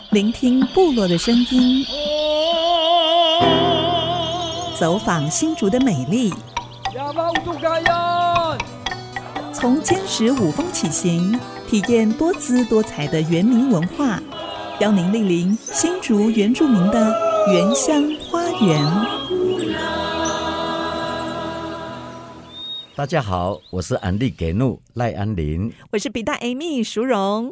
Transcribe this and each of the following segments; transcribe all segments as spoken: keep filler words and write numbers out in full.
聆听部落的声音，走访新竹的美丽，从坚实五峰起行，体验多姿多彩的原民文化，邀您莅临新竹原住民的原乡花园。 大家好，我是安利给怒赖安林， 我是比大 Amy 淑荣。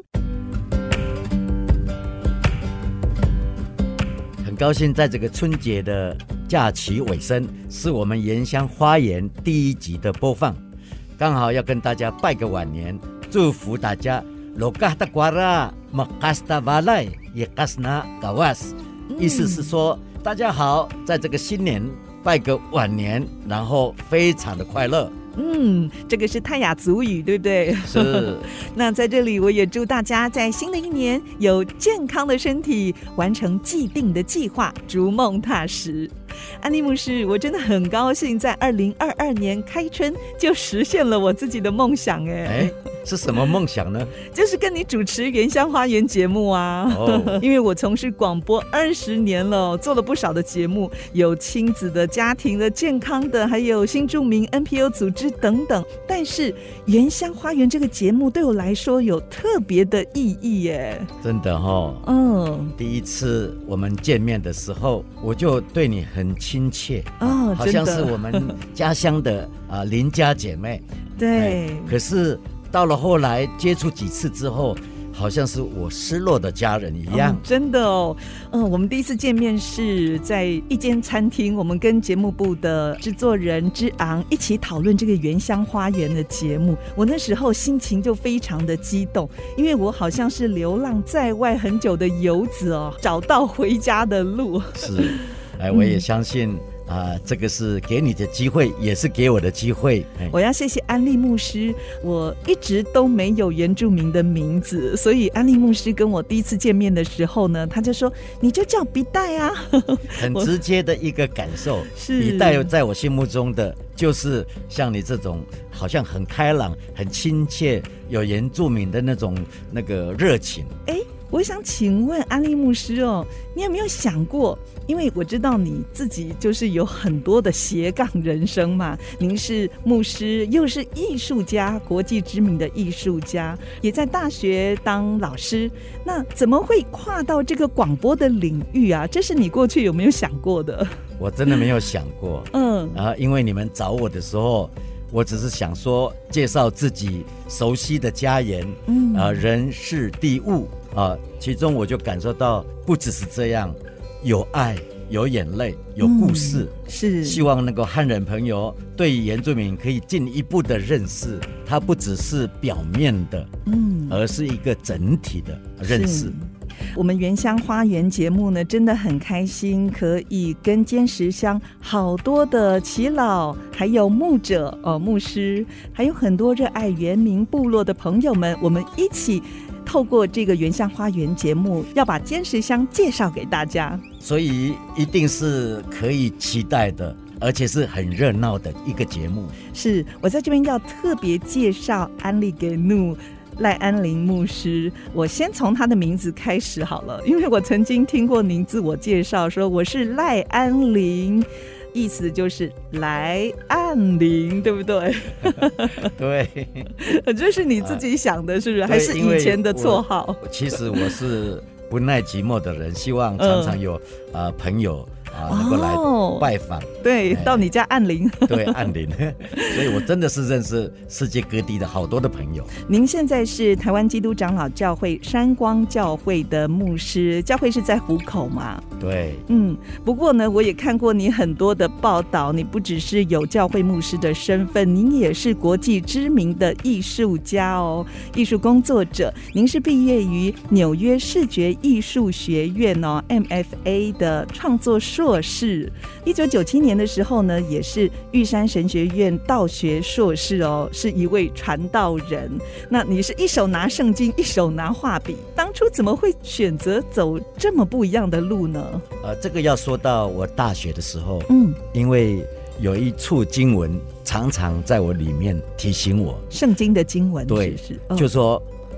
很高兴在这个春节的假期尾声，是我们原乡花园第一集的播放，刚好要跟大家拜个晚年，祝福大家 Lokah takwara makasta balai yekasna gawas， 意思是说大家好，在这个新年拜个晚年，然后非常的快乐。 嗯，这个是泰雅族语，对不对？ 是。 那在这里，我也祝大家在新的一年有健康的身体，完成既定的计划，逐梦踏实。安利牧师，我真的很高兴，在二零二二年开春就实现了我自己的梦想。哎， 哎，是什么梦想呢？ 就是跟你主持原乡花园节目啊。哦、因为我从事广播二十年了，做了不少的节目，有亲子的、家庭的、健康的，还有新住民 N P O 组织等等。但是原乡花园这个节目对我来说有特别的意义耶。真的哦。嗯，第一次我们见面的时候，我就对你很亲切哦，好像是我们家乡的啊邻家姐妹。 对、 哎，可是到了后来接触几次之后，好像是我失落的家人一样。 哦、真的哦，嗯，我们第一次见面是在一间餐厅，我们跟节目部的制作人之昂一起讨论这个原乡花园的节目。我那时候心情就非常的激动，因为我好像是流浪在外很久的游子哦，找到回家的路。 是，哎，我也相信。嗯啊，这个是给你的机会，也是给我的机会。 我要谢谢安利牧师，我一直都没有原住民的名字，所以安利牧师跟我第一次见面的时候呢，他就说你就叫比代啊。 很直接的一个感受，比代在我心目中的就是像你这种好像很开朗、很亲切、有原住民的那种那个热情。 哎，我想请问安利牧师哦，你有没有想过，因为我知道你自己就是有很多的斜杠人生嘛，您是牧师，又是艺术家，国际知名的艺术家，也在大学当老师，那怎么会跨到这个广播的领域啊？这是你过去有没有想过的？ 我真的没有想过。嗯，啊，因为你们找我的时候，我只是想说介绍自己熟悉的家园，嗯，啊，人事地物啊，其中我就感受到不只是这样，有爱，有眼泪，有故事，嗯、是希望那个汉人朋友对原住民可以进一步的认识，它不只是表面的，嗯，而是一个整体的认识。 我们原乡花园节目呢，真的很开心，可以跟尖石乡好多的耆老，还有牧者、哦、牧师，还有很多热爱原民部落的朋友们，我们一起透过这个原乡花园节目，要把尖石乡介绍给大家， 所以一定是可以期待的，而且是很热闹的一个节目。 是，我在这边要特别介绍安利给怒赖安林牧师，我先从他的名字开始好了，因为我曾经听过您自我介绍说我是赖安林，意思就是来按铃，对不对？ 对， 这是你自己想的，是不是？还是以前的绰号？ 其实我是不耐寂寞的人，希望常常有、嗯呃、朋友啊，能够来拜访、哦， 对、哎，到你家按铃， 对，按铃，所以我真的是认识世界各地的好多的朋友。 您现在是台湾基督长老教会山光教会的牧师，教会是在湖口嘛？ 对， 嗯，不过呢，我也看过你很多的报道，你不只是有教会牧师的身份，您也是国际知名的艺术家哦，艺术工作者。您是毕业于纽约视觉艺术学院哦 M F A 的创作硕士，一九九七年的时候呢，也是玉山神学院道学硕士哦，是一位传道人。那你是一手拿圣经，一手拿画笔，当初怎么会选择走这么不一样的路呢？ 呃，这个要说到我大学的时候，嗯，因为有一处经文常常在我里面提醒我， 圣经的经文， 对， 是、 哦、就说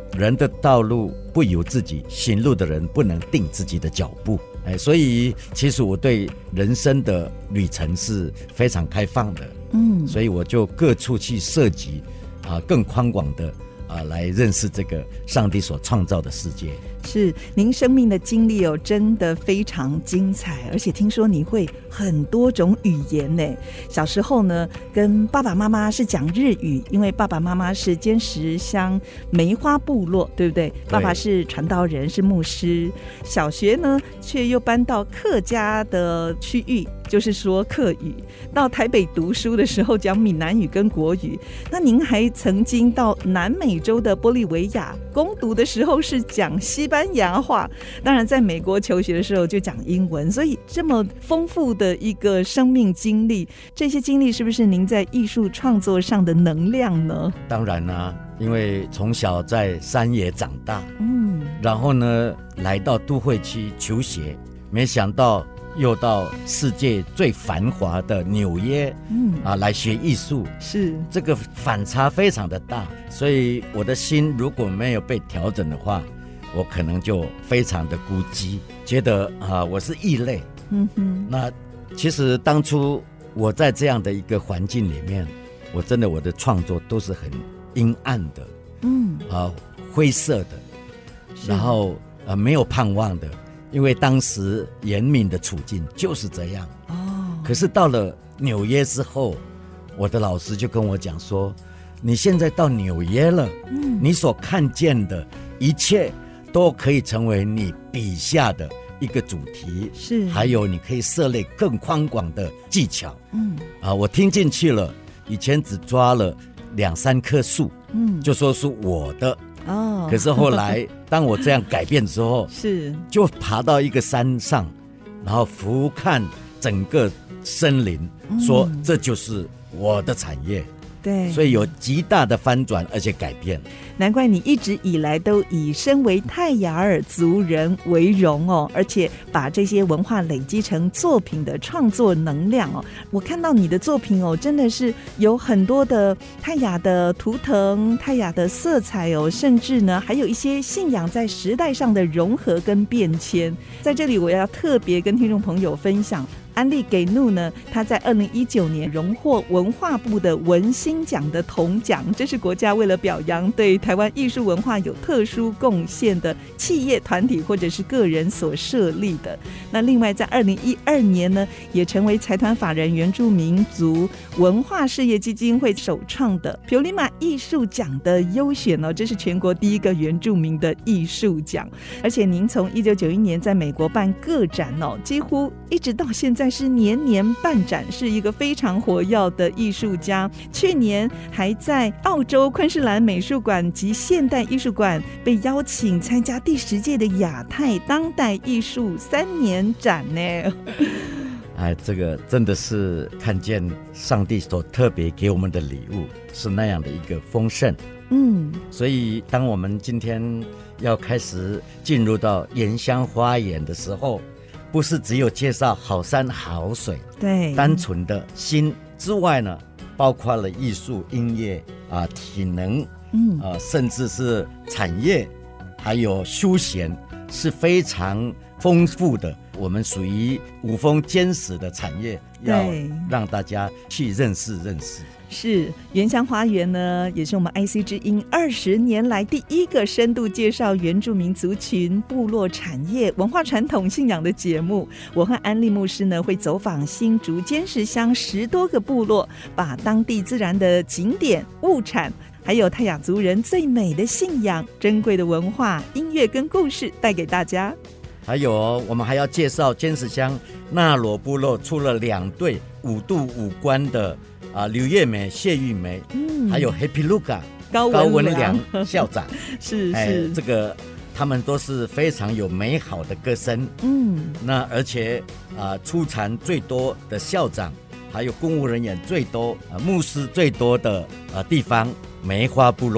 人的道路不由自己，行路的人不能定自己的脚步。哎，所以其实我对人生的旅程是非常开放的，嗯，所以我就各处去涉及啊，更宽广的啊，来认识这个上帝所创造的世界。 是，您生命的经历哦，真的非常精彩，而且听说你会很多种语言呢。小时候呢，跟爸爸妈妈是讲日语，因为爸爸妈妈是尖石乡梅花部落，对不对？对，爸爸是传道人，是牧师。小学呢，却又搬到客家的区域，就是说客语。到台北读书的时候讲闽南语跟国语。那您还曾经到南美洲的玻利维亚攻读的时候是讲西班牙话，当然在美国求学的时候就讲英文。所以这么丰富的一个生命经历，这些经历是不是您在艺术创作上的能量呢？ 当然啦、啊，因为从小在山野长大，嗯，然后呢来到都会区求学，没想到又到世界最繁华的纽约，嗯啊，来学艺术，是这个反差非常的大，所以我的心如果没有被调整的话，我可能就非常的孤寂，觉得啊我是异类。嗯哼，那其实当初我在这样的一个环境里面，我真的我的创作都是很阴暗的，嗯啊灰色的，然后呃没有盼望的。因为当时严敏的处境就是这样哦。可是到了纽约之后，我的老师就跟我讲说，你现在到纽约了，嗯，你所看见的一切都可以成为你笔下的一个主题，是，还有你可以涉猎更宽广的技巧。嗯啊，我听进去了，以前只抓了两三棵树，嗯，就说是我的。哦，可是后来当我这样改变之后，是就爬到一个山上，然后俯瞰整个森林，嗯，说这就是我的产业。对，所以有极大的翻转而且改变。 难怪你一直以来都以身为泰雅尔族人为荣哦，而且把这些文化累积成作品的创作能量哦。我看到你的作品哦，真的是有很多的泰雅的图腾、泰雅的色彩哦，甚至呢还有一些信仰在时代上的融合跟变迁。在这里我要特别跟听众朋友分享，安利给怒呢，他在二零一九年荣获文化部的文心奖的铜奖，这是国家为了表扬对台湾艺术文化有特殊贡献的企业团体或者是个人所设立的。那另外在二零一二年呢，也成为财团法人原住民族文化事业基金会首创的皮尤利马艺术奖的优选哦，这是全国第一个原住民的艺术奖。而且您从一九九一年在美国办个展哦，几乎一直到现在是年年办展，是一个非常活跃的艺术家。去年还在澳洲昆士兰美术馆及现代艺术馆被邀请参加第十届的亚太当代艺术三年展呢。 哎，这个真的是看见上帝所特别给我们的礼物，是那样的一个丰盛。嗯，所以当我们今天要开始进入到原乡花园的时候，不是只有介绍好山好水，对，单纯的心之外呢，包括了艺术、音乐啊、体能，嗯啊，甚至是产业，还有休闲，是非常丰富的。我们属于五峰坚实的产业，要让大家去认识认识。 是原乡花园呢，也是我们 I C 之音二十年来第一个深度介绍原住民族群、部落产业、文化传统信仰的节目。我和安利牧师呢，会走访新竹尖石乡十多个部落，把当地自然的景点、物产，还有泰雅族人最美的信仰、珍贵的文化、音乐跟故事带给大家。 还有我们还要介绍尖石乡纳罗部落出了两对五度五官的啊，刘月梅、谢玉梅，嗯，还有 Happy Luka 高文良校长， 是是、 哎，这个他们都是非常有美好的歌声，嗯，那而且啊，出产最多的校长，还有公务人员最多、啊、牧师最多的啊地方，梅花部落哦。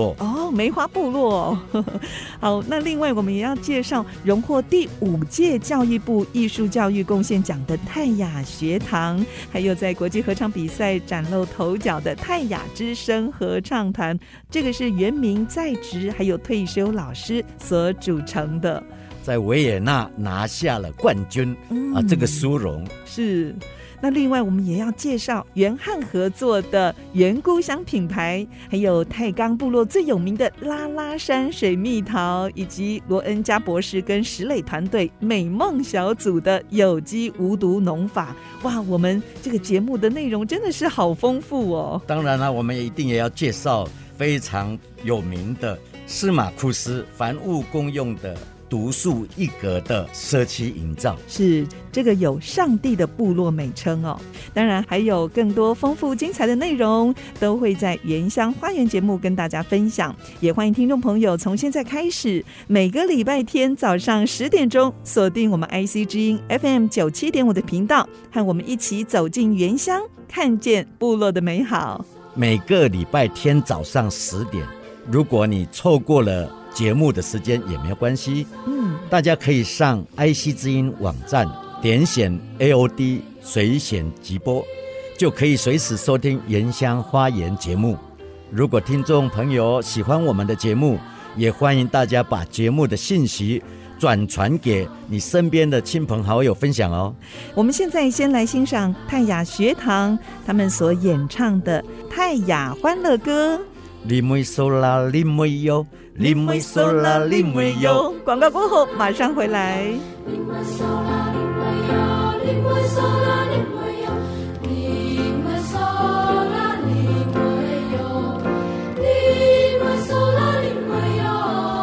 哦，梅花部落哦。好，那另外我们也要介绍荣获第五届教育部艺术教育贡献奖的泰雅学堂，还有在国际合唱比赛崭露头角的泰雅之声合唱团，这个是原名在职还有退休老师所组成的， 在维也纳拿下了冠军、嗯、啊，这个殊荣是。那另外我们也要介绍原汉合作的原故乡品牌，还有泰冈部落最有名的拉拉山水蜜桃，以及罗恩加博士跟石磊团队美梦小组的有机无毒农法。哇，我们这个节目的内容真的是好丰富哦。 当然了，我们也一定也要介绍非常有名的司马库斯凡物公用的独树一格的社区营造， 是这个有上帝的部落美称哦。当然还有更多丰富精彩的内容都会在原乡花园节目跟大家分享，也欢迎听众朋友从现在开始每个礼拜天早上十点钟锁定我们 I C 之音 F M 九七点五 的频道，和我们一起走进原乡，看见部落的美好。 每个礼拜天早上十点，如果你错过了节目的时间也没有关系，嗯，大家可以上 I C 之音网站点选 A O D 随选直播，就可以随时收听原乡花园节目。如果听众朋友喜欢我们的节目，也欢迎大家把节目的信息转传给你身边的亲朋好友分享哦。 我们现在先来欣赏泰雅学堂他们所演唱的泰雅欢乐歌。 你妹嗦啦，你妹哟，你妹嗦啦，你妹哟。 广告过后马上回来。 你妹嗦啦，你妹哟，你妹嗦啦，你妹哟，你妹嗦啦，你妹哟，你妹嗦啦，你妹哟，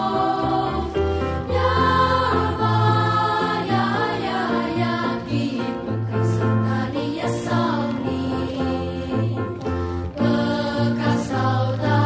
呀吧呀呀呀，吉布卡萨达利亚少尼，布卡萨达。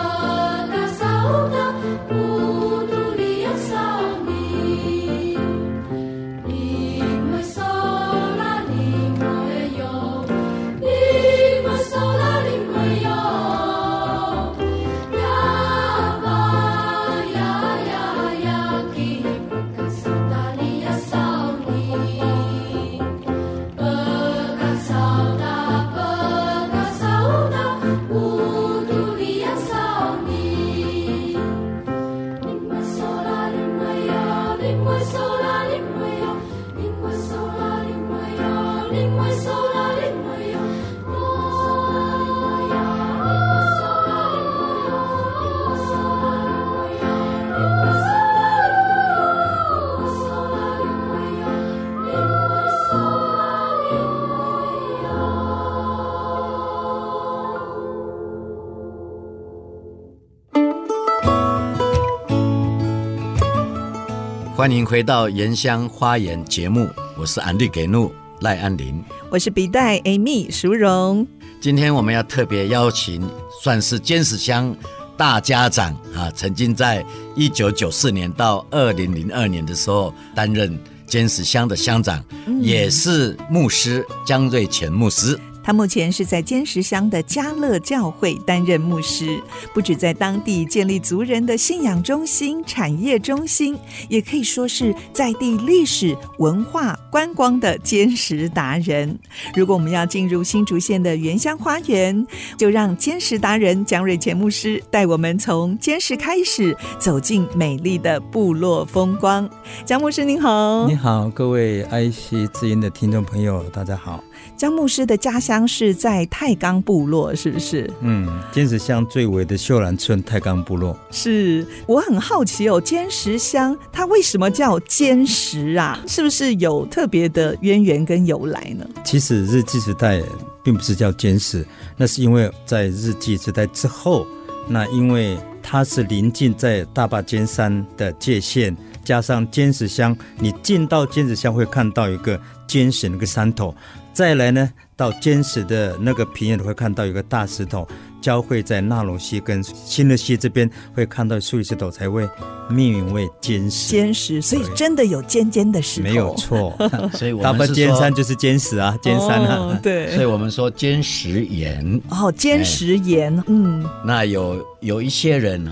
欢迎回到原乡花园节目，我是安律给怒赖安林， 我是笔袋 Amy 淑荣。 今天我们要特别邀请算是尖石乡大家长啊，曾经在一九九四年到二零零二年的时候担任尖石乡的乡长、嗯、也是牧师江瑞全牧师。 他目前是在尖石乡的嘉乐教会担任牧师，不只在当地建立族人的信仰中心、产业中心，也可以说是在地历史文化观光的尖石达人。如果我们要进入新竹县的原乡花园，就让尖石达人江瑞乾牧师带我们从尖石开始，走进美丽的部落风光。江牧师您好。 你好，各位 I C 之音的听众朋友大家好。 江牧师的家乡是在泰冈部落，是不是？ 嗯，尖石乡最尾的秀兰村泰冈部落。 是，我很好奇哦，尖石乡它为什么叫尖石啊？是不是有特别的渊源跟由来呢？ 其实日治时代并不是叫尖石，那是因为在日治时代之后，那因为它是临近在大霸尖山的界限，加上尖石乡，你进到尖石乡会看到一个尖石那个山头，再来呢到尖石的那个平原会看到一个大石头，交汇在纳龙溪跟新乐溪这边会看到树立石头，才会命名为尖石。 尖石，所以真的有尖尖的石头， 没有错。 所以我们大霸尖山就是尖石啊，尖山啊、 哦、对， 所以我们说尖石岩。 哦，尖石岩、哎、嗯， 那有有一些人哈、哦，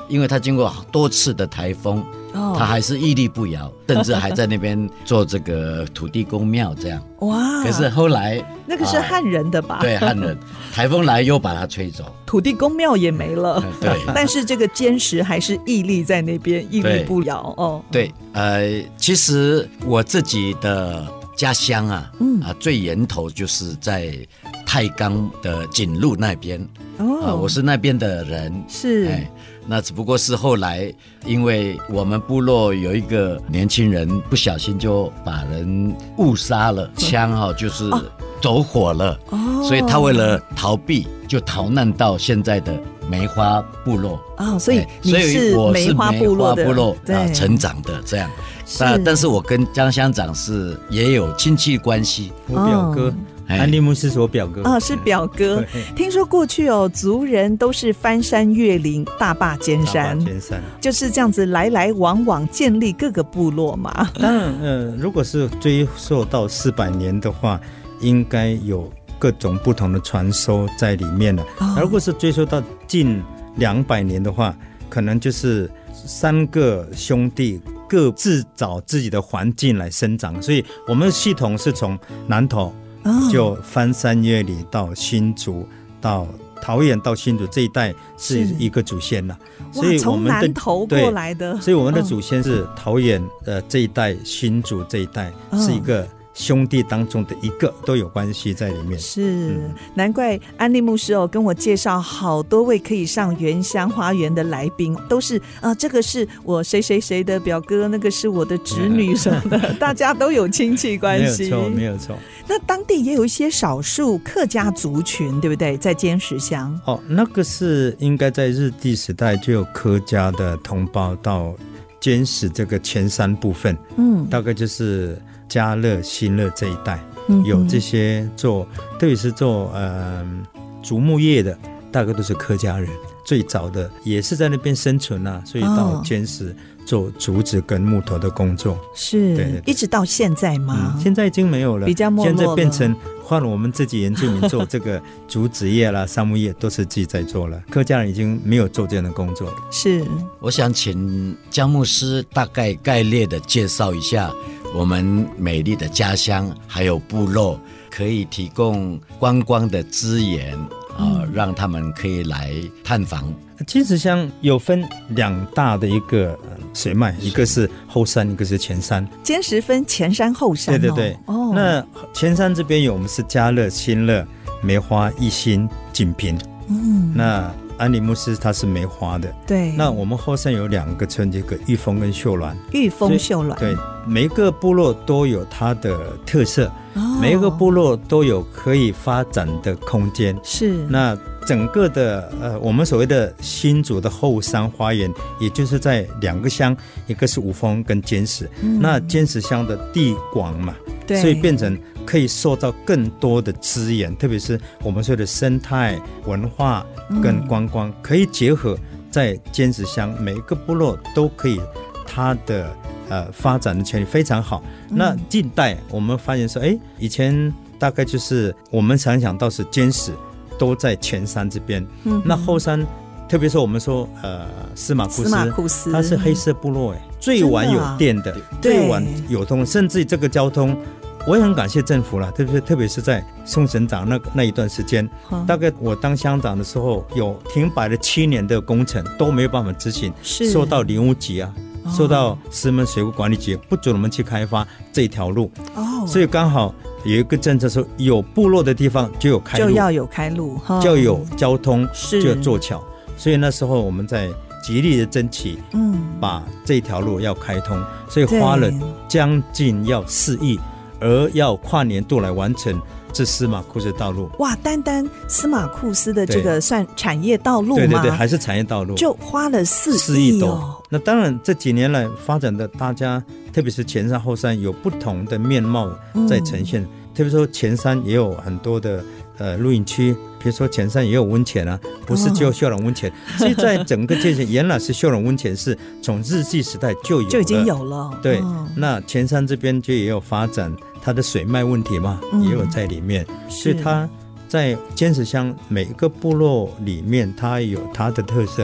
因为它经过多次的台风，哦，它还是屹立不摇，甚至还在那边做这个土地公庙这样。哇！可是后来那个是汉人的吧？ 啊、对，汉人。台风来又把它吹走， 土地公庙也没了。 对， 但是这个坚石还是屹立在那边，屹立不摇。哦， 对，呃，其实我自己的家乡啊，嗯啊，最源头就是在太钢的锦路那边。哦、啊，我是那边的人。 是。哎， 那只不过是后来，因为我们部落有一个年轻人不小心就把人误杀了，枪哈、哦、就是走火了，哦，所以他为了逃避，就逃难到现在的梅花部落。 哦，所以你是梅花部落的， 所以我是梅花部落啊成长的这样。但但是我跟江乡长是也有亲戚关系， 我表哥。哦，安利牧师是我表哥啊，是表哥。听说过去哦，族人都是翻山越岭，大坝尖山， 尖山就是这样子来来往往建立各个部落嘛。 当然，呃，如果是追溯到四百年的话，应该有各种不同的传说在里面了。哦，如果是追溯到近两百年的话，可能就是三个兄弟各自找自己的环境来生长，所以我们的系统是从南投。就翻山越岭到新竹，到桃园到新竹这一带是一个主线了， 所以我们的从南投过来的， 所以我们的主线是桃园呃这一带，新竹这一带是一个兄弟当中的一个，都有关系在里面。 是，嗯，难怪安利牧师哦跟我介绍好多位可以上原乡花园的来宾，都是啊，这个是我谁谁谁的表哥，那个是我的侄女什么的，大家都有亲戚关系。 没有错，没有错。 那当地也有一些少数客家族群，对不对？在尖石乡。 哦，那个是应该在日治时代就有客家的同胞到尖石这个前山部分，嗯，大概就是嘉乐、新乐这一带，嗯，有这些做，特别是做呃竹木业的，大概都是客家人。最早的也是在那边生存啊，所以到尖石做竹子跟木头的工作。 是，对对对，一直到现在吗？ 嗯，现在已经没有了， 比较没落了。 现在变成换了我们自己原住民做这个竹子业啦、杉木业都是自己在做了，客家人已经没有做这样的工作了。 是， 我想请江牧师大概概略的介绍一下我们美丽的家乡还有部落，可以提供观光的资源。呃、让他们可以来探访。 尖石乡有分两大的一个水脉，一个是后山，一个是前山。 尖石分前山后山。哦，对对对。哦， 那前山这边有我们是嘉乐、新乐、梅花、一心、锦屏。嗯，那安里牧师他是梅花的。 对。 那我们后山有两个村，这个玉峰跟秀峦。 玉峰、秀峦。 对，每一个部落都有它的特色。每一个部落都有可以发展的空间， 是。 那整个的呃，我们所谓的新竹的后山花园，也就是在两个乡，一个是五峰跟尖石，嗯，那尖石乡的地广嘛，对，所以变成可以塑造更多的资源，特别是我们说的生态文化跟观光，嗯，可以结合在尖石乡，每一个部落都可以它的。呃，发展的潜力非常好。那近代我们发现说，哎，以前大概就是我们常想到是尖石都在前山这边，嗯，那后山，特别是我们说呃司马库斯，司马库斯它是黑色部落，哎，最晚有电的，的啊，最晚有通，甚至这个交通。我也很感谢政府了，特别特别是在宋省长那那一段时间，大概我当乡长的时候，有停摆了七年的工程都没有办法执行，受到林务局啊。受到石门水库管理局不准我们去开发这条路，哦，所以刚好有一个政策说，有部落的地方就有开路， 就要有开路， 就有交通，就有做桥。所以那时候我们在极力的争取，嗯，把这条路要开通，所以花了将近要四亿，而要跨年度来完成。是司马库斯道路。哇，单单司马库斯的这个算产业道路吗？对对对，还是产业道路，就花了四四亿多。那当然这几年来发展的，大家特别是前山后山有不同的面貌在呈现，嗯，特别说前山也有很多的呃露营区，比如说前山也有温泉啊，不是只有秀朗温泉，哦，所以在整个界限原来是秀朗温泉是从日治时代就有了，就已经有了。对，哦，那前山这边就也有发展它的水脉问题嘛，嗯，也有在里面，所以它在尖石乡每一个部落里面，它有它的特色了。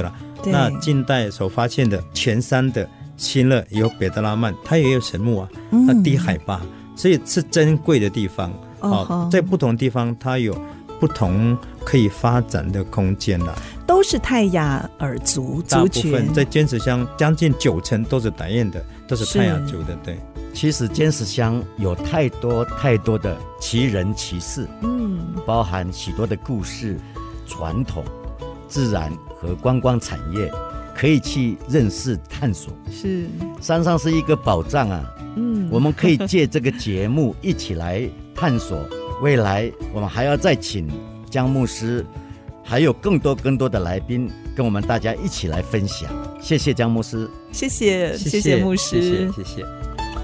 那近代所发现的全山的新乐有北德拉曼，它也有神木啊，它低海拔，嗯、所以是珍贵的地方。哦，哦在不同地方它有不同可以发展的空间啦。 都是泰雅尔族族群， 大部分在尖石乡将近九成都是傣燕的，都是泰雅族的。对， 其实尖石乡有太多太多的奇人奇事，嗯，包含许多的故事、传统、自然和观光产业，可以去认识探索。 是， 山上是一个宝藏啊，嗯，我们可以借这个节目一起来探索。未来我们还要再请江牧师还有更多更多的来宾跟我们大家一起来分享。谢谢江牧师。 谢谢谢谢牧师， 谢谢谢谢。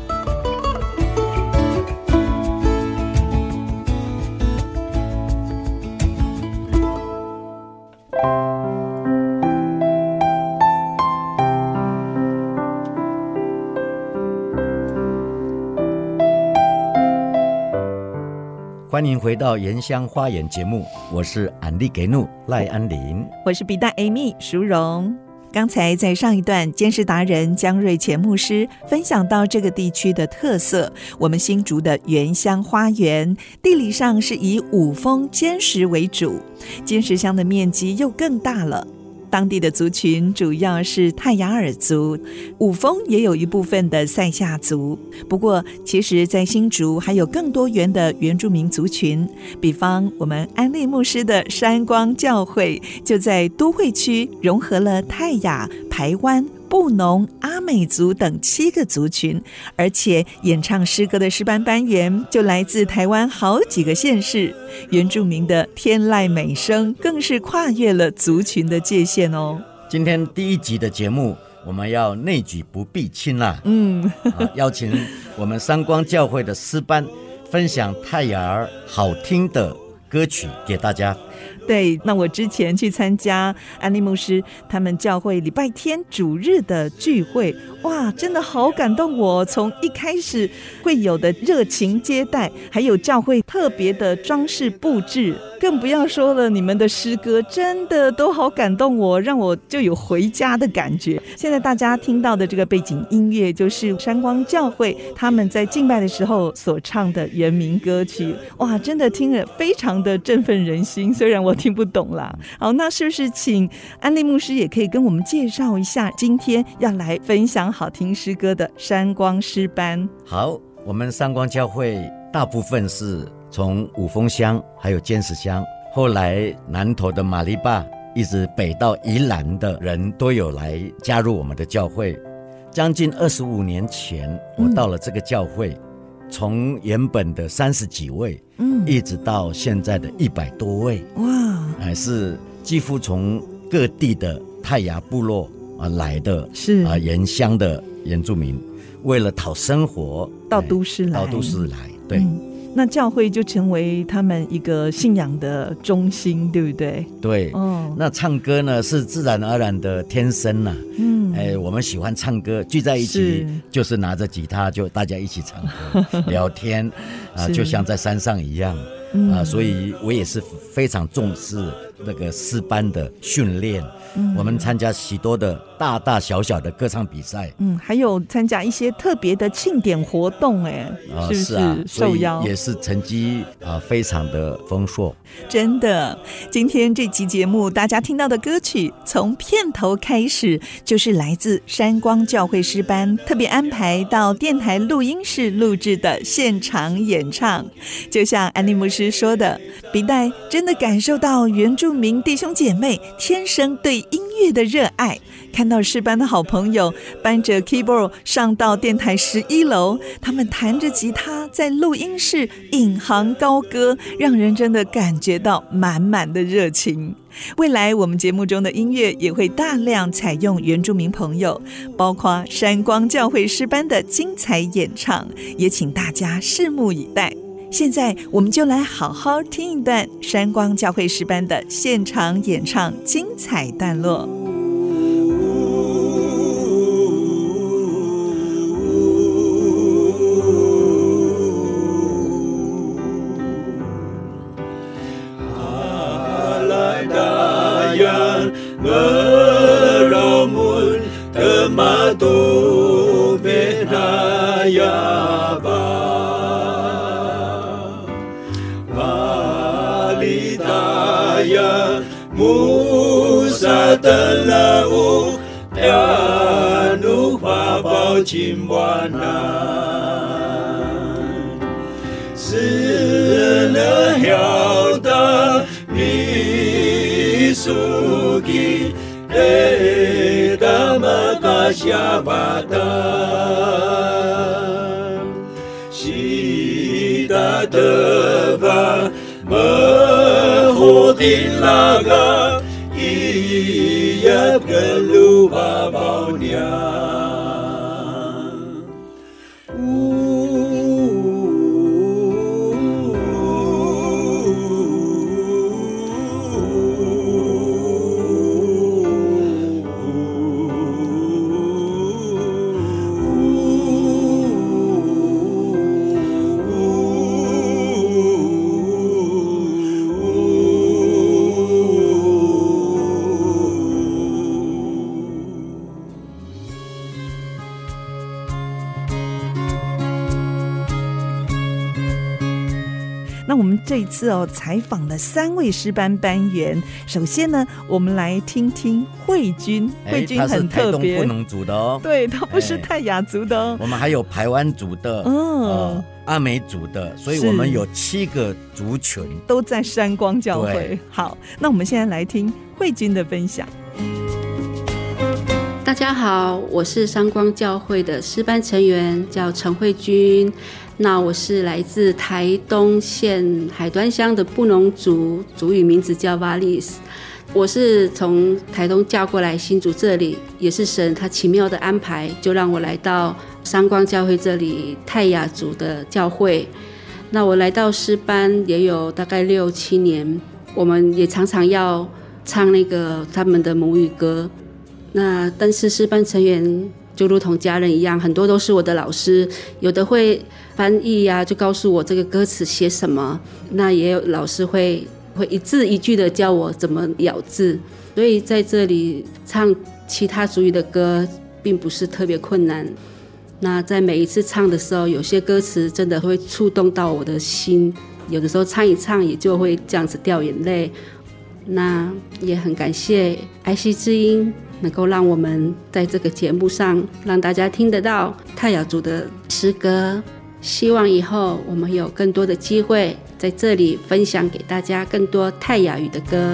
欢迎回到原乡花园节目，我是安利给怒赖安林， 我是比大 Amy 淑荣。刚才在上一段，监视达人江瑞乾牧师分享到这个地区的特色，我们新竹的原乡花园，地理上是以五峰尖石为主，尖石乡的面积又更大了。当地的族群主要是泰雅尔族，五峰也有一部分的赛夏族。不过其实在新竹还有更多元的原住民族群，比方我们安利牧师的山光教会就在都会区融合了泰雅、排湾、布农、阿美族等七个族群，而且演唱诗歌的诗班班员就来自台湾好几个县市，原住民的天籁美声更是跨越了族群的界限哦。 今天第一集的节目我们要内举不避亲啦，嗯、啊，邀请我们山光教会的诗班分享泰雅儿好听的歌曲给大家。 对，那我之前去参加安利牧师他们教会礼拜天主日的聚会，哇，真的好感动我。从一开始会有的热情接待，还有教会特别的装饰布置，更不要说了你们的诗歌，真的都好感动我，让我就有回家的感觉。现在大家听到的这个背景音乐就是山光教会他们在敬拜的时候所唱的原民歌曲，哇，真的听了非常的振奋人心，虽然我听不懂啦。好，那是不是请安利牧师也可以跟我们介绍一下今天要来分享好听诗歌的山光诗班？ 好，我们山光教会大部分是从五峰乡还有尖石乡，后来南投的马利巴一直北到宜兰的人都有来加入我们的教会。将近二十五年前我到了这个教会，嗯、从原本的三十几位嗯，一直到现在的一百多位，哇，还是几乎从各地的泰雅部落啊来的，是啊原乡的原住民，为了讨生活到都市来， 到都市来，对。嗯， 那教会就成为他们一个信仰的中心，对不对？ 对，哦，那唱歌呢是自然而然的天生啦，嗯，哎，我们喜欢唱歌，聚在一起就是拿着吉他就大家一起唱歌聊天啊，就像在山上一样。嗯、啊，所以我也是非常重视那个诗班的训练。嗯，我们参加许多的大大小小的歌唱比赛， 嗯，还有参加一些特别的庆典活动，哎、呃，是不是？是啊，受邀也是成绩啊非常的丰硕。 真的，今天这期节目大家听到的歌曲，从片头开始就是来自山光教会诗班特别安排到电台录音室录制的现场演唱。就像安利牧师说的，比代真的感受到原住民弟兄姐妹天生对音乐的热爱，看到诗班的好朋友搬着 keyboard 上到电台十一楼，他们弹着吉他在录音室引吭高歌，让人真的感觉到满满的热情。未来我们节目中的音乐也会大量采用原住民朋友，包括山光教会诗班的精彩演唱，也请大家拭目以待。现在我们就来好好听一段山光教会诗班的现场演唱精彩段落。 阿来达yangerang 亚巴，巴利达亚穆萨德拉乌亚努华宝金瓦南，是那晓得米苏基。Dhamma Shabata Sita Deva Mahodinaga Iya Keluwa Baunya 那我们这一次哦，采访了三位诗班班员。首先呢，我们来听听慧君，慧君很特别， 他是台东布农族的哦， 对，他不是泰雅族的哦。 我们还有排湾族的，嗯、呃，阿美族的，所以我们有七个族群都在山光教会。好，那我们现在来听慧君的分享。 大家好，我是山光教会的诗班成员，叫陈慧君。那我是来自台东县海端乡的布农族，族语名字叫瓦利斯。我是从台东嫁过来新竹这里，也是神他奇妙的安排，就让我来到山光教会这里泰雅族的教会。那我来到诗班也有大概六七年，我们也常常要唱那个他们的母语歌。那但是诗班成员就如同家人一样，很多都是我的老师，有的会翻译啊，就告诉我这个歌词写什么。那也有老师会会一字一句的教我怎么咬字，所以在这里唱其他族语的歌并不是特别困难。那在每一次唱的时候，有些歌词真的会触动到我的心，有的时候唱一唱也就会这样子掉眼泪。那也很感谢爱惜之音能够让我们在这个节目上让大家听得到泰雅族的诗歌，希望以后我们有更多的机会在这里分享给大家更多泰雅语的歌。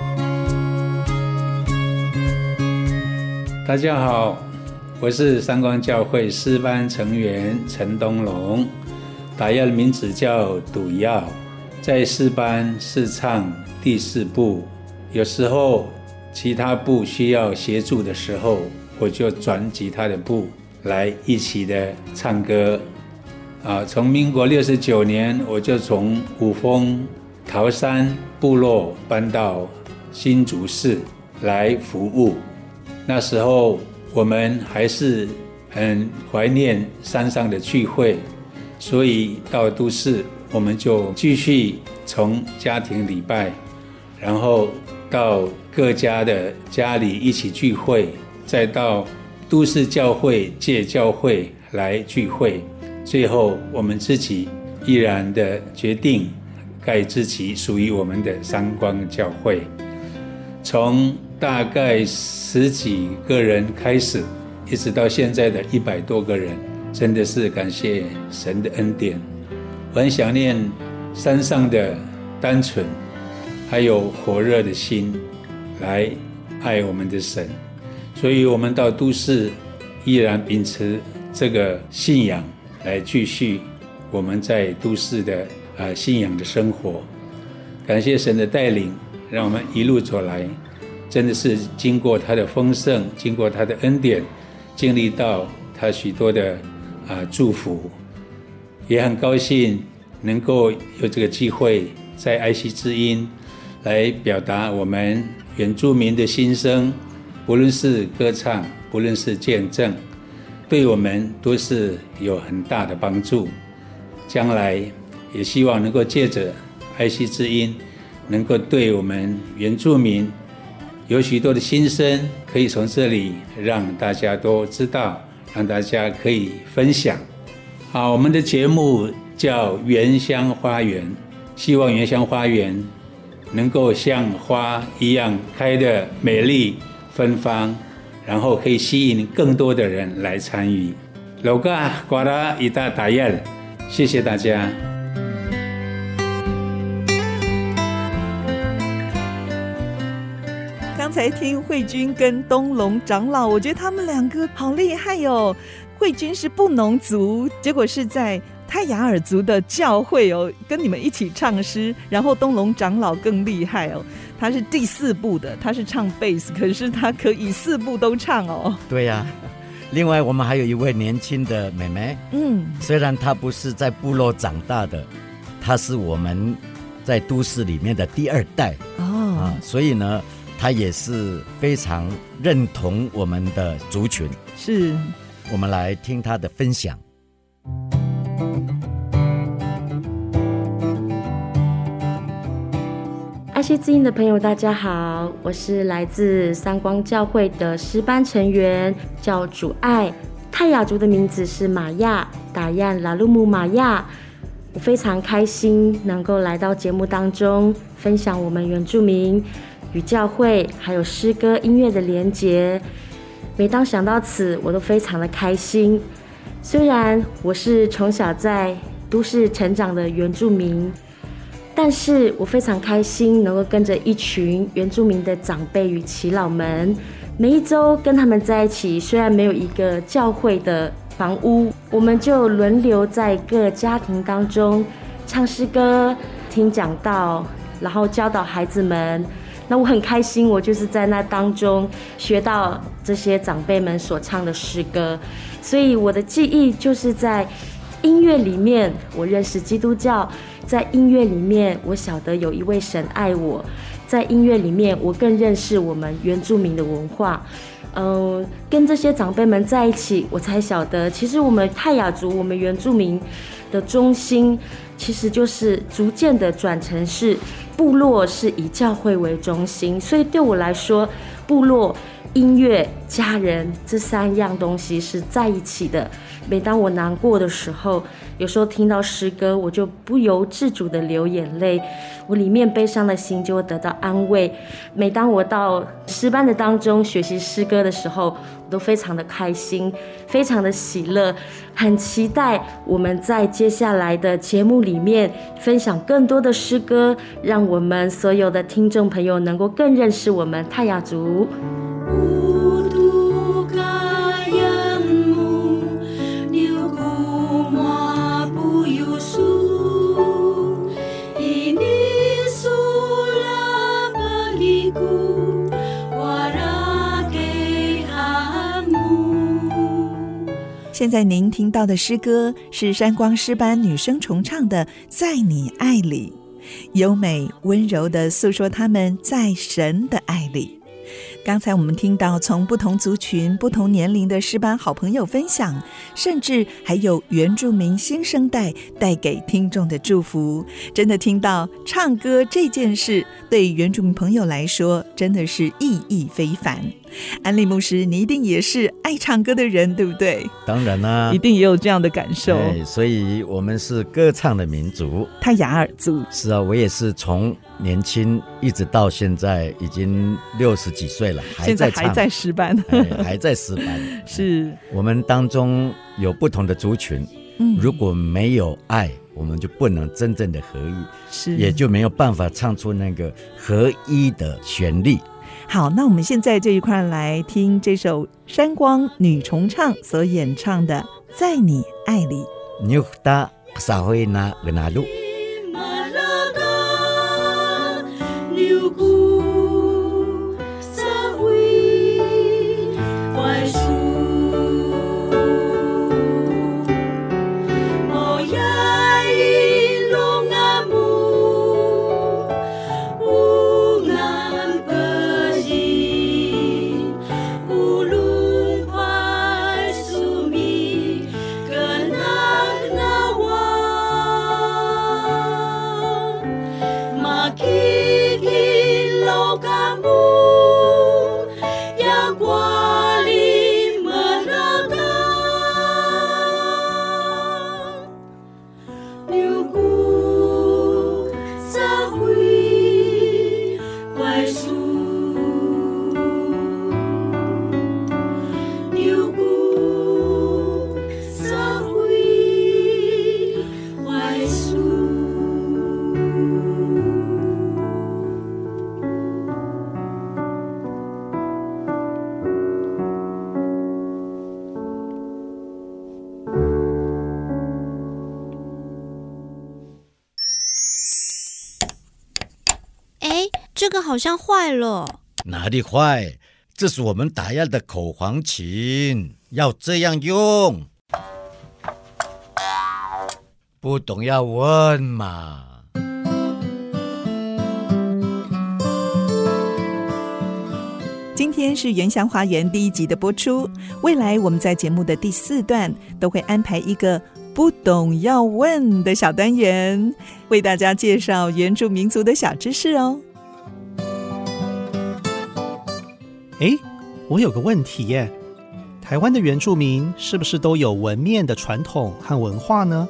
大家好，我是山光教会诗班成员陈东龙，打药的名字叫赌药，在诗班是唱第四部，有时候其他部需要协助的时候，我就转吉他的部来一起的唱歌。啊，从民国六十九年，我就从五峰桃山部落搬到新竹市来服务。那时候我们还是很怀念山上的聚会，所以到都市我们就继续从家庭礼拜，然后到各家的家里一起聚会，再到都市教会借教会来聚会，最后我们自己毅然的决定盖自己属于我们的山光教会。从大概十几个人开始，一直到现在的一百多个人，真的是感谢神的恩典。我很想念山上的单纯还有火热的心来爱我们的神，所以我们到都市依然秉持这个信仰来继续我们在都市的、呃、信仰的生活。感谢神的带领，让我们一路走来，真的是经过他的丰盛，经过他的恩典，经历到他许多的、呃、祝福。也很高兴能够有这个机会在爱惜之音来表达我们原住民的心声，不论是歌唱，不论是见证，对我们都是有很大的帮助。将来也希望能够借着爱惜之音，能够对我们原住民有许多的心声，可以从这里让大家都知道，让大家可以分享。 好，我们的节目叫原乡花园，希望原乡花园能够像花一样开得美丽芬芳，然后可以吸引更多的人来参与。老嘎瓜拉伊达达耶，谢谢大家。 刚才听慧君跟东龙长老，我觉得他们两个好厉害哦。慧君是布农族，结果是在泰雅尔族的教会哦，跟你们一起唱诗。然后东龙长老更厉害哦，他是第四部的，他是唱贝斯，可是他可以四部都唱哦。 对呀、啊，另外我们还有一位年轻的妹妹，嗯，虽然她不是在部落长大的，她是我们在都市里面的第二代哦、啊，所以呢，她也是非常认同我们的族群。 是， 我们来听她的分享。 爱惜之音的朋友大家好，我是来自三光教会的诗班成员，叫主爱，泰雅族的名字是玛亚，达yan拉鲁姆玛亚。我非常开心能够来到节目当中，分享我们原住民与教会还有诗歌音乐的连结。每当想到此，我都非常的开心。虽然我是从小在都市成长的原住民，但是我非常开心能够跟着一群原住民的长辈与耆老们，每一周跟他们在一起。虽然没有一个教会的房屋，我们就轮流在各家庭当中唱诗歌、听讲道，然后教导孩子们。那我很开心，我就是在那当中学到这些长辈们所唱的诗歌，所以我的记忆就是在音乐里面，我认识基督教。在音乐里面，我晓得有一位神爱我。在音乐里面，我更认识我们原住民的文化。嗯，跟这些长辈们在一起，我才晓得，其实我们泰雅族，我们原住民的中心，其实就是逐渐的转成是部落是以教会为中心。所以对我来说，部落、音乐、家人这三样东西是在一起的。每当我难过的时候，有时候听到诗歌，我就不由自主的流眼泪，我里面悲伤的心就会得到安慰。每当我到诗班的当中学习诗歌的时候，我都非常的开心，非常的喜乐，很期待我们在接下来的节目里面分享更多的诗歌，让我们所有的听众朋友能够更认识我们泰雅族。 现在您听到的诗歌是山光诗班女生重唱的《在你爱里》，优美温柔地诉说他们在神的爱里。刚才我们听到从不同族群、不同年龄的诗班好朋友分享，甚至还有原住民新生代带给听众的祝福。真的听到唱歌这件事对原住民朋友来说真的是意义非凡。安利牧师，你一定也是爱唱歌的人，对不对？ 当然啦、啊， 一定也有这样的感受。 所以我们是歌唱的民族， 泰雅尔族。 是啊，我也是从年轻一直到现在已经六十几岁了，还在唱， 现在还在诗班、 哎、还在诗班。 是我们当中有不同的族群、嗯、如果没有爱，我们就不能真正的合一，是也就没有办法唱出那个合一的旋律。 好，那我们现在这一块来听这首山光女重唱所演唱的《在你爱里》。 纽达撒会那格纳路。 个好像坏了。 哪里坏？这是我们打样的口簧琴，要这样用。不懂要问嘛。 今天是原乡花园第一集的播出，未来我们在节目的第四段都会安排一个不懂要问的小单元，为大家介绍原住民族的小知识哦。 诶，我有个问题耶，台湾的原住民是不是都有纹面的传统和文化呢？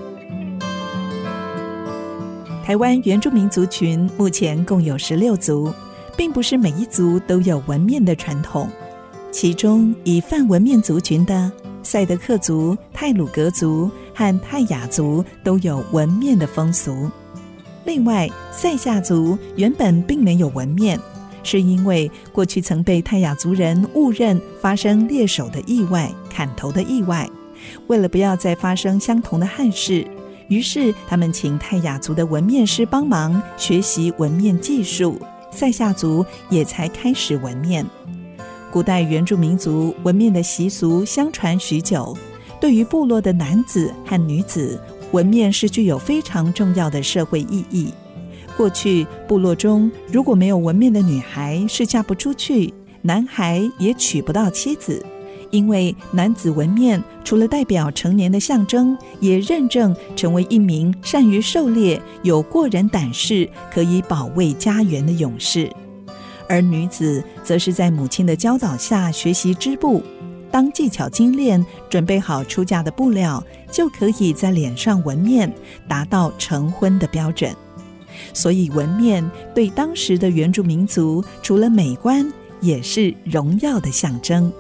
台湾原住民族群目前共有十六族，并不是每一族都有纹面的传统。其中以泛纹面族群的赛德克族、太鲁阁族和泰雅族都有纹面的风俗。另外，赛夏族原本并没有纹面，是因为过去曾被泰雅族人误认发生猎手的意外、砍头的意外，为了不要再发生相同的憾事，于是他们请泰雅族的纹面师帮忙学习纹面技术，赛夏族也才开始纹面。古代原住民族纹面的习俗相传许久，对于部落的男子和女子，纹面是具有非常重要的社会意义。过去部落中如果没有纹面的女孩是嫁不出去，男孩也娶不到妻子，因为男子纹面除了代表成年的象征，也认证成为一名善于狩猎、有过人胆识、可以保卫家园的勇士。而女子则是在母亲的教导下学习织布，当技巧精炼，准备好出嫁的布料，就可以在脸上纹面，达到成婚的标准。所以纹面对当时的原住民族，除了美观，也是荣耀的象征。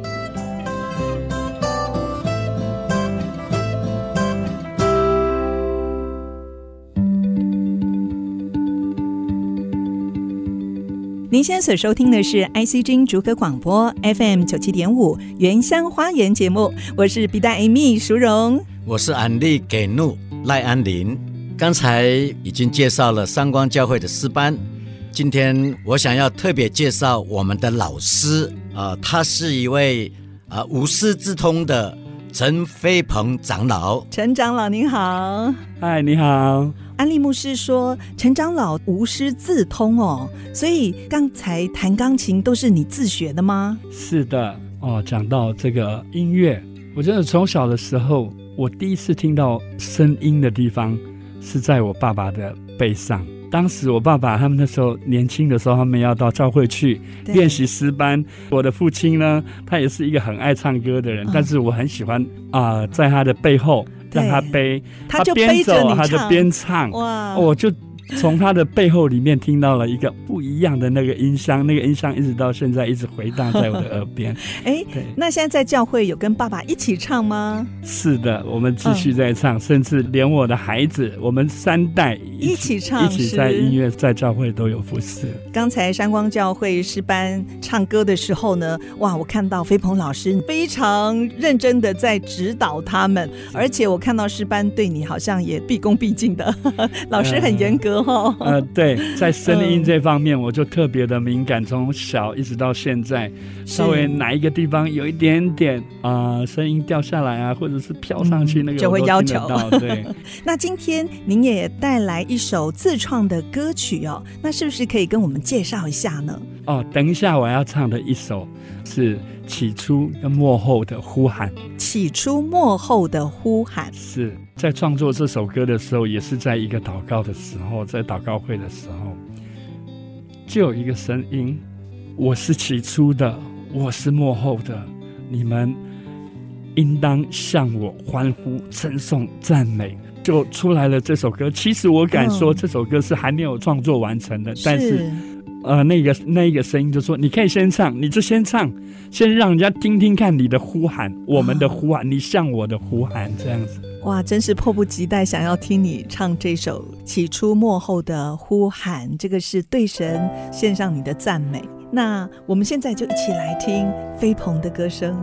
您现在所收听的是 I C 之音竹科广播 F M 九七点五原乡花园节目，我是比大 Amy 淑荣， 我是安利给怒赖安林。刚才已经介绍了三光教会的诗班，今天我想要特别介绍我们的老师，呃、他是一位、呃、无师自通的陈飞鹏长老。 陈长老您好。 嗨，你好。 安利牧师说陈长老无师自通哦，所以刚才弹钢琴都是你自学的吗？ 是的哦，讲到这个音乐，我真的从小的时候，我第一次听到声音的地方是在我爸爸的背上。当时我爸爸他们那时候年轻的时候，他们要到教会去练习诗班。我的父亲呢，他也是一个很爱唱歌的人，嗯、但是我很喜欢啊、呃，在他的背后让他背， 他就背着你唱， 他就边唱，哇！我就从他的背后里面听到了一个不一样的那个音箱，那个音箱一直到现在一直回荡在我的耳边。 哎，那现在在教会有跟爸爸一起唱吗？ 是的，我们继续在唱，嗯、甚至连我的孩子，我们三代一 起, 一起唱，一起在音乐在教会都有服侍。 刚才山光教会诗班唱歌的时候呢，哇，我看到飞鹏老师非常认真的在指导他们，而且我看到诗班对你好像也毕恭毕敬的，老师很严格。 呃, 呃，对，在声音这方面我就特别的敏感，从小一直到现在，稍微哪一个地方有一点点啊、呃、声音掉下来啊，或者是飘上去，那个就会要求。 对， 那今天您也带来一首自创的歌曲哦，那是不是可以跟我们介绍一下呢？ 哦，等一下我要唱的一首是起初跟末后的呼喊。 起初末后的呼喊， 是在创作这首歌的时候，也是在一个祷告的时候，在祷告会的时候，就有一个声音：我是起初的，我是末后的，你们应当向我欢呼、称颂、赞美。就出来了这首歌。其实我敢说，这首歌是还没有创作完成的，嗯、但是。呃，那个那个声音就说：“你可以先唱，你就先唱，先让人家听听看你的呼喊，我们的呼喊，你像我的呼喊，这样子。” 哇，真是迫不及待想要听你唱这首起初末后的呼喊，这个是对神献上你的赞美。那我们现在就一起来听飞鹏的歌声。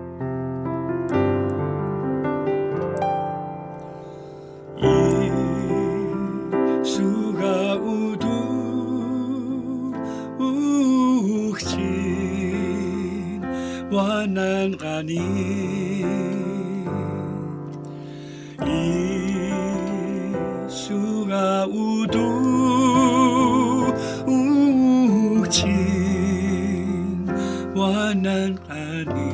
一 wanan ani Isuga udu uchin wanan ani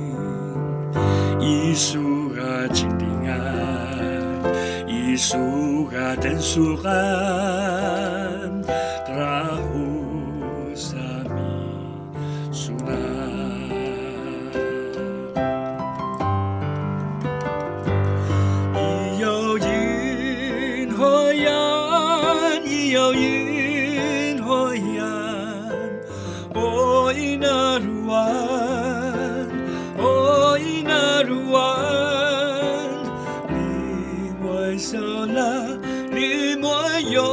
Isuga cindingan Isuga dan sugan Rahu sami sunat Iyo yin hoyan Iyo yin hoyan O inaruan O inaruan Limoy sola Limoy yo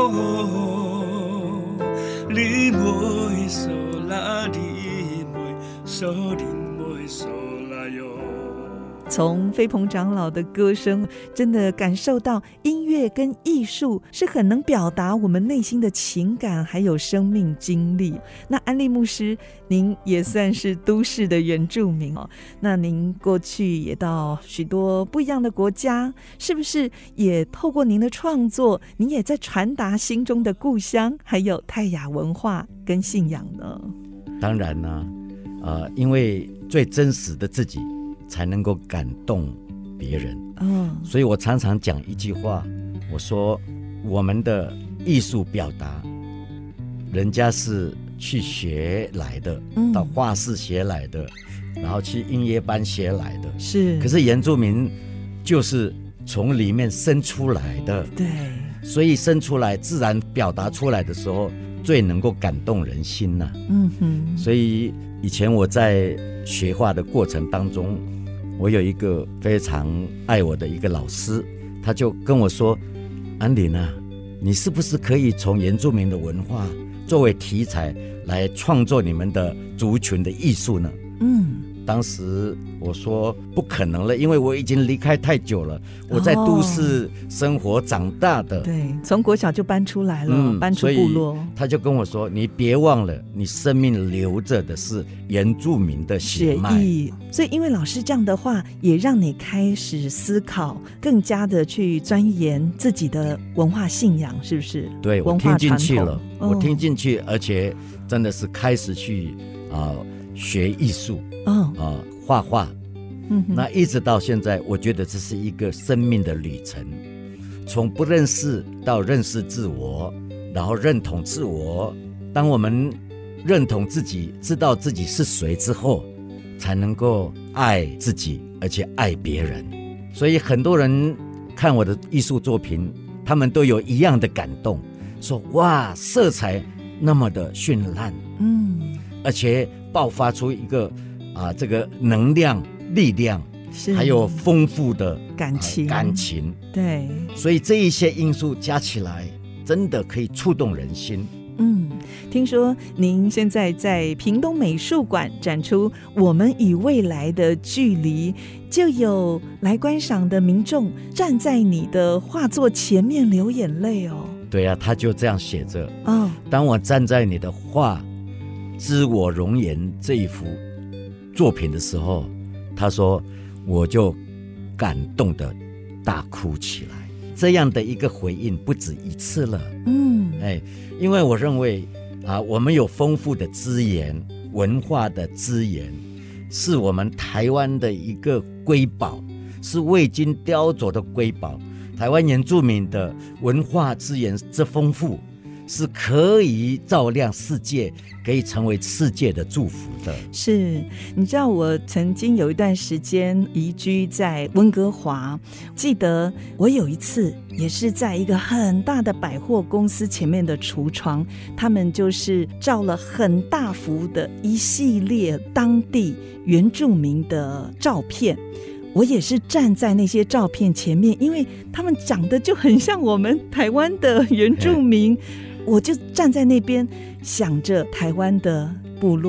Limoy sola Limoy so Limoy sola yo 从飞鹏长老的歌声，真的感受到音乐跟艺术是很能表达我们内心的情感，还有生命经历。那安利牧师，您也算是都市的原住民哦，那您过去也到许多不一样的国家，是不是也透过您的创作，您也在传达心中的故乡，还有泰雅文化跟信仰呢？ 当然呢、呃，因为最真实的自己才能够感动别人。哦，所以我常常讲一句话，我说我们的艺术表达，人家是去学来的，嗯、到画室学来的，然后去音乐班学来的，是。可是原住民就是从里面生出来的，对，所以生出来自然表达出来的时候，最能够感动人心呐、啊。嗯哼，所以以前我在学画的过程当中，我有一个非常爱我的一个老师，他就跟我说：“安林啊，你是不是可以从原住民的文化作为题材来创作你们的族群的艺术呢？”嗯，当时我说不可能了，因为我已经离开太久了，我在都市生活长大的，哦、 对，从国小就搬出来了，嗯、搬出部落。 他就跟我说：“你别忘了，你生命流着的是原住民的血脉。” 所以因为老师这样的话，也让你开始思考，更加的去钻研自己的文化信仰，是不是？ 对，我听进去了，哦、我听进去，而且真的是开始去啊、呃、学艺术，啊、哦呃、画画。嗯，那一直到现在，我觉得这是一个生命的旅程，从不认识到认识自我，然后认同自我。当我们认同自己，知道自己是谁之后，才能够爱自己，而且爱别人。所以很多人看我的艺术作品，他们都有一样的感动，说哇，色彩那么的绚烂，嗯，而且爆发出一个啊这个能量、力量，还有丰富的感情、 啊、感情。 对， 所以这一些因素加起来，真的可以触动人心。 嗯，听说您现在在屏东美术馆展出《我们与未来的距离》，就有来观赏的民众站在你的画作前面流眼泪哦。 对啊，他就这样写着哦。当我站在你的画《知我容颜》这一幅作品的时候，他说我就感动的大哭起来。这样的一个回应不止一次了。嗯，哎，因为我认为啊，我们有丰富的资源，文化的资源，是我们台湾的一个瑰宝，是未经雕琢的瑰宝。台湾原住民的文化资源之丰富，是可以照亮世界，可以成为世界的祝福的。 是，你知道我曾经有一段时间移居在温哥华，记得我有一次也是在一个很大的百货公司前面的橱窗，他们就是照了很大幅的一系列当地原住民的照片。我也是站在那些照片前面，因为他们长得就很像我们台湾的原住民，我就站在那边想着台湾的部落，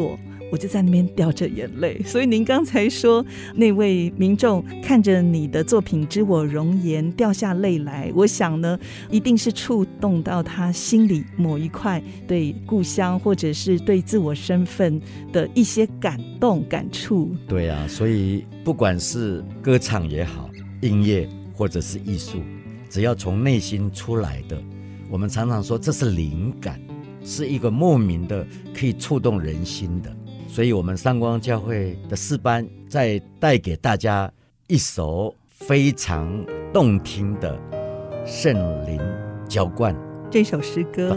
我就在那边掉着眼泪。所以您刚才说那位民众看着你的作品《知我容颜》掉下泪来，我想呢一定是触动到他心里某一块对故乡或者是对自我身份的一些感动感触。 对啊，所以不管是歌唱也好，音乐或者是艺术，只要从内心出来的，我们常常说这是灵感，是一个莫名的可以触动人心的。所以我们三光教会的诗班再带给大家一首非常动听的圣灵浇灌这首诗歌，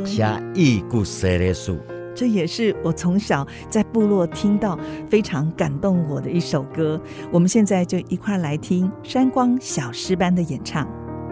这也是我从小在部落听到非常感动我的一首歌。我们现在就一块来听山光小诗班的演唱。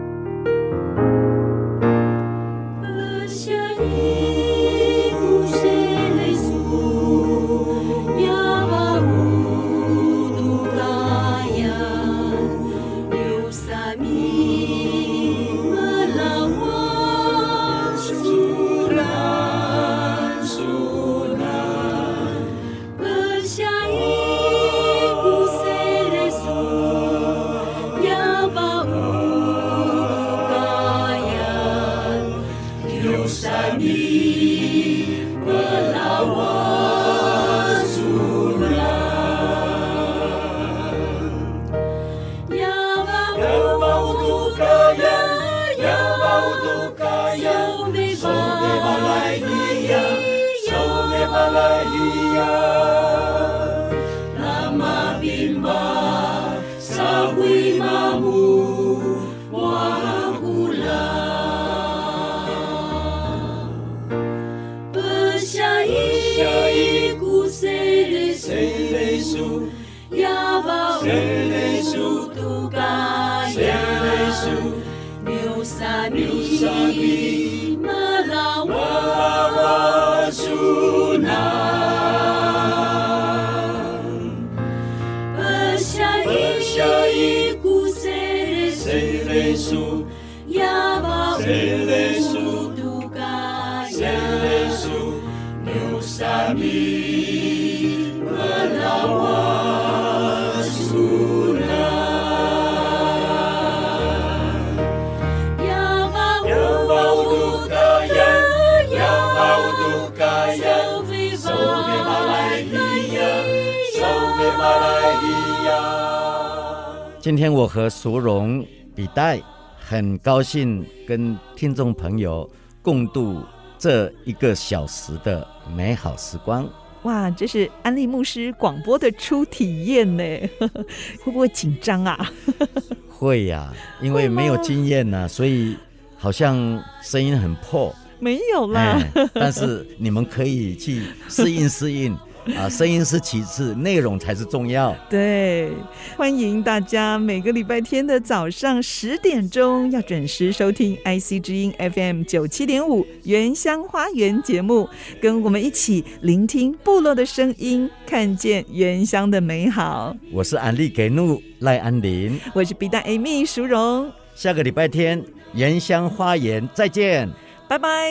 今天我和淑荣、比代很高兴跟听众朋友共度这一个小时的美好时光。 哇，这是安利牧师广播的初体验呢，会不会紧张啊？ 会呀、啊，因为没有经验呢、啊，所以好像声音很破。 没有啦、 哎，但是你们可以去适应适应啊，声音是其次，内容才是重要。 对，欢迎大家每个礼拜天的早上十点钟要准时收听 I C 之音 F M 九七点五原乡花园节目，跟我们一起聆听部落的声音，看见原乡的美好。 我是安利给怒赖安林， 我是比大 Amy 淑荣。 下个礼拜天原乡花园再见， 拜拜。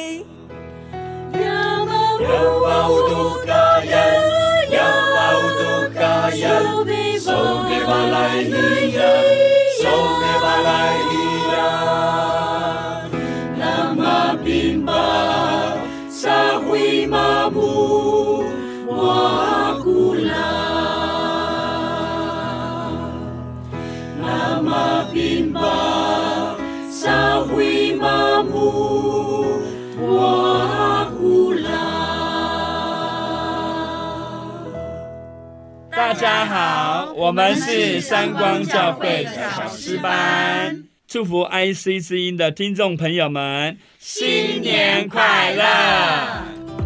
Lama bimba sa hui mamu wakula Lama bimba sa hui mamu wakula 大家好，我们是三光教会的小诗班，祝福 I C 之音的听众朋友们新年快乐！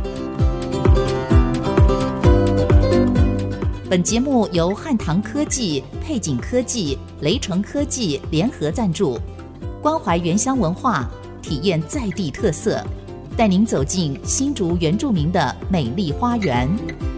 本节目由汉唐科技、配景科技、雷城科技联合赞助，关怀原乡文化，体验在地特色，带您走进新竹原住民的美丽花园。